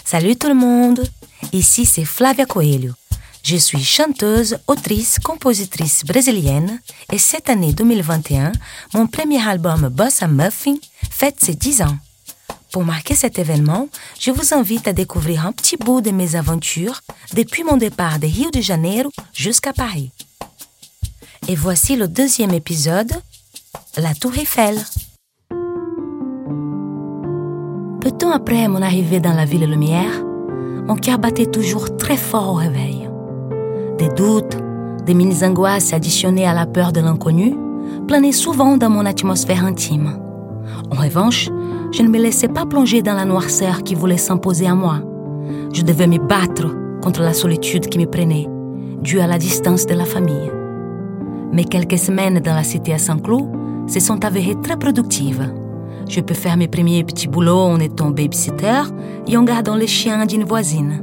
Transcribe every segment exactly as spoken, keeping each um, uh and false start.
Salut tout le monde, ici c'est Flávia Coelho. Je suis chanteuse, autrice, compositrice brésilienne et cette année deux mille vingt et un, mon premier album Bossa Muffin fête ses dix ans. Pour marquer cet événement, je vous invite à découvrir un petit bout de mes aventures depuis mon départ de Rio de Janeiro jusqu'à Paris. Et voici le deuxième épisode, la Tour Eiffel. Peu de temps après mon arrivée dans la ville lumière, mon cœur battait toujours très fort au réveil. Des doutes, des mini-angoisses additionnées à la peur de l'inconnu planaient souvent dans mon atmosphère intime. En revanche, je ne me laissais pas plonger dans la noirceur qui voulait s'imposer à moi. Je devais me battre contre la solitude qui me prenait, due à la distance de la famille. Mais quelques semaines dans la cité à Saint-Cloud se sont avérées très productives. Je peux faire mes premiers petits boulots en étant babysitter et en gardant les chiens d'une voisine.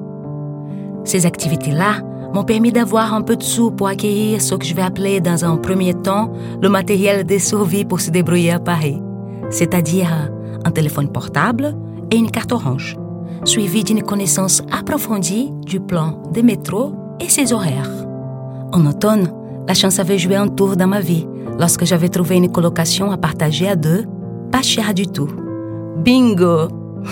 Ces activités-là m'ont permis d'avoir un peu de sous pour acquérir ce que je vais appeler dans un premier temps le matériel de survie pour se débrouiller à Paris, c'est-à-dire un téléphone portable et une carte orange, suivi d'une connaissance approfondie du plan des métros et ses horaires. En automne, la chance avait joué un tour dans ma vie lorsque j'avais trouvé une colocation à partager à deux, pas cher du tout. Bingo!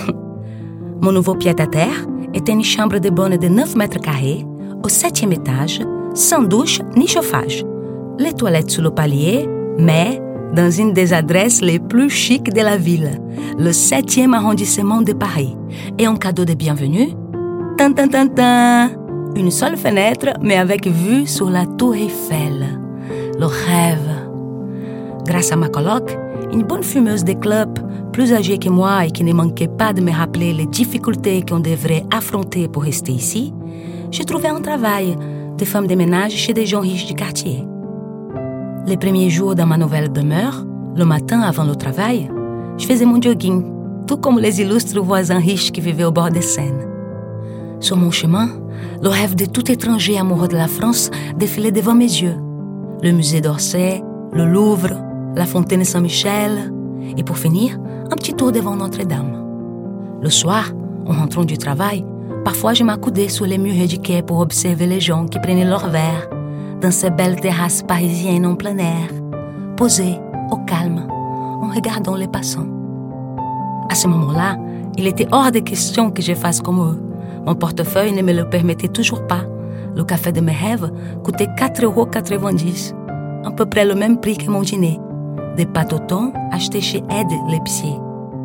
Mon nouveau pied-à-terre était une chambre de bonne de neuf mètres carrés, au septième étage, sans douche ni chauffage. Les toilettes sous le palier, mais dans une des adresses les plus chics de la ville, le septième arrondissement de Paris. Et en cadeau de bienvenue, tan tan tan tan, une seule fenêtre, mais avec vue sur la Tour Eiffel. Le rêve. Grâce à ma coloc, une bonne fumeuse de club, plus âgée que moi et qui ne manquait pas de me rappeler les difficultés qu'on devrait affronter pour rester ici, j'ai trouvé un travail de femme de ménage chez des gens riches du quartier. Les premiers jours dans ma nouvelle demeure, le matin avant le travail, je faisais mon jogging, tout comme les illustres voisins riches qui vivaient au bord des Seine. Sur mon chemin, le rêve de tout étranger amoureux de la France défilait devant mes yeux. Le musée d'Orsay, le Louvre, la fontaine Saint-Michel, et pour finir, un petit tour devant Notre-Dame. Le soir, en rentrant du travail, parfois je m'accoudais sur les murs du quai pour observer les gens qui prenaient leur verre dans ces belles terrasses parisiennes en plein air, posées au calme, en regardant les passants. À ce moment-là, il était hors de question que je fasse comme eux. Mon portefeuille ne me le permettait toujours pas. Le café de mes rêves coûtait quatre euros quatre-vingt-dix, à peu près le même prix que mon dîner. Des pâtes au thon achetées chez Ed l'épicier.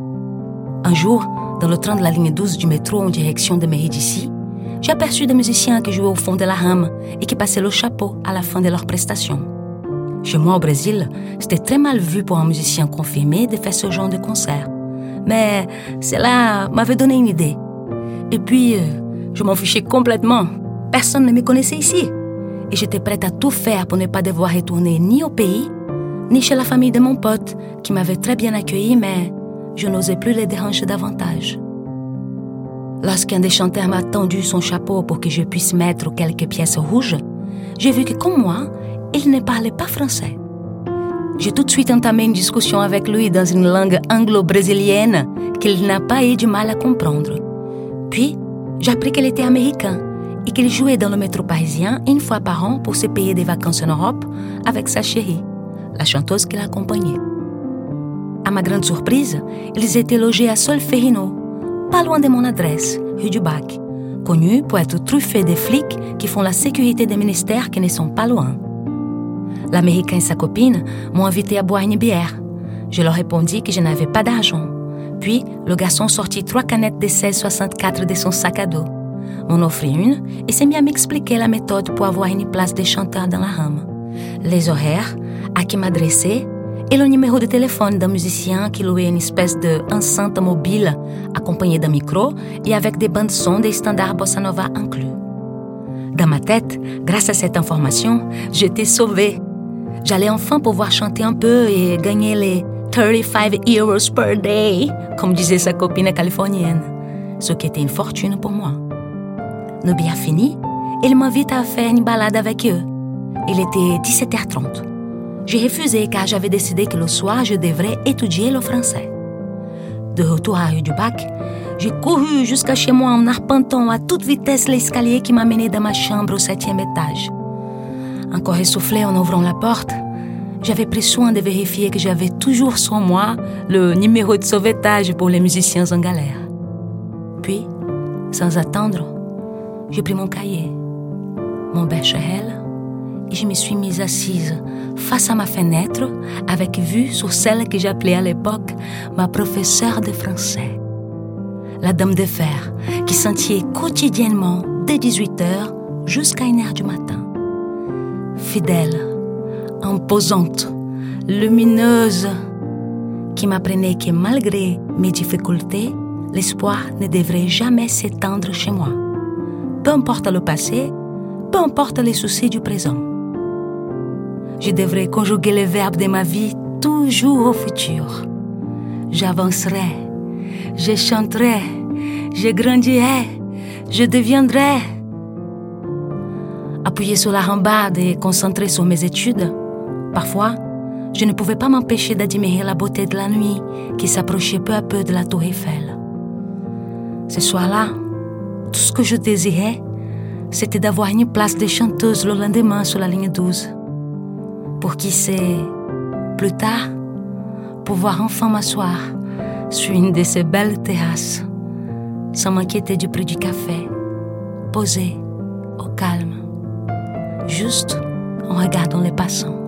Un jour, dans le train de la ligne douze du métro en direction de Médicis, j'ai aperçu des musiciens qui jouaient au fond de la rame et qui passaient le chapeau à la fin de leur prestation. Chez moi au Brésil, c'était très mal vu pour un musicien confirmé de faire ce genre de concert. Mais cela m'avait donné une idée. Et puis, euh, je m'en fichais complètement. Personne ne me connaissait ici. Et j'étais prête à tout faire pour ne pas devoir retourner ni au pays, ni chez la famille de mon pote, qui m'avait très bien accueilli, mais je n'osais plus les déranger davantage. Lorsqu'un des chanteurs m'a tendu son chapeau pour que je puisse mettre quelques pièces rouges, j'ai vu que, comme moi, il ne parlait pas français. J'ai tout de suite entamé une discussion avec lui dans une langue anglo-brésilienne qu'il n'a pas eu du mal à comprendre. Puis, j'ai appris qu'il était américain et qu'il jouait dans le métro parisien une fois par an pour se payer des vacances en Europe avec sa chérie, la chanteuse qui l'accompagnait. À ma grande surprise, ils étaient logés à Solferino, pas loin de mon adresse, rue du Bac, connue pour être truffée de flics qui font la sécurité des ministères qui ne sont pas loin. L'Américain et sa copine m'ont invité à boire une bière. Je leur répondis que je n'avais pas d'argent. Puis, le garçon sortit trois canettes de seize soixante-quatre de son sac à dos, m'en offrit une et s'est mis à m'expliquer la méthode pour avoir une place de chanteur dans la rame, les horaires, à qui m'adresser et le numéro de téléphone d'un musicien qui louait une espèce d'enceinte mobile accompagné d'un micro et avec des bandes son des standards bossa nova inclus. Dans ma tête, grâce à cette information, j'étais sauvée. J'allais enfin pouvoir chanter un peu et gagner les trente-cinq euros per day, comme disait sa copine californienne, ce qui était une fortune pour moi. Le bien fini, il m'invite à faire une balade avec eux. Il était dix-sept heures trente. J'ai refusé car j'avais décidé que le soir, je devrais étudier le français. De retour à rue du Bac, j'ai couru jusqu'à chez moi en arpentant à toute vitesse l'escalier qui m'a mené dans ma chambre au septième étage. Encore essoufflée en ouvrant la porte, j'avais pris soin de vérifier que j'avais toujours sur moi le numéro de sauvetage pour les musiciens en galère. Puis, sans attendre, j'ai pris mon cahier, mon bécherel, et je me suis mise assise face à ma fenêtre avec vue sur celle que j'appelais à l'époque ma professeure de français. La dame de fer qui s'entiait quotidiennement dès dix-huit heures jusqu'à une heure du matin. Fidèle, imposante, lumineuse, qui m'apprenait que malgré mes difficultés, l'espoir ne devrait jamais s'étendre chez moi. Peu importe le passé, peu importe les soucis du présent. Je devrais conjuguer les verbes de ma vie toujours au futur. J'avancerai, je chanterai, je grandirai, je deviendrai. Appuyée sur la rambarde et concentrée sur mes études, parfois, je ne pouvais pas m'empêcher d'admirer la beauté de la nuit qui s'approchait peu à peu de la tour Eiffel. Ce soir-là, tout ce que je désirais, c'était d'avoir une place de chanteuse le lendemain sur la ligne douze. Pour qui sait, plus tard, pouvoir enfin m'asseoir sur une de ces belles terrasses, sans m'inquiéter du prix du café, posée, au calme, juste en regardant les passants.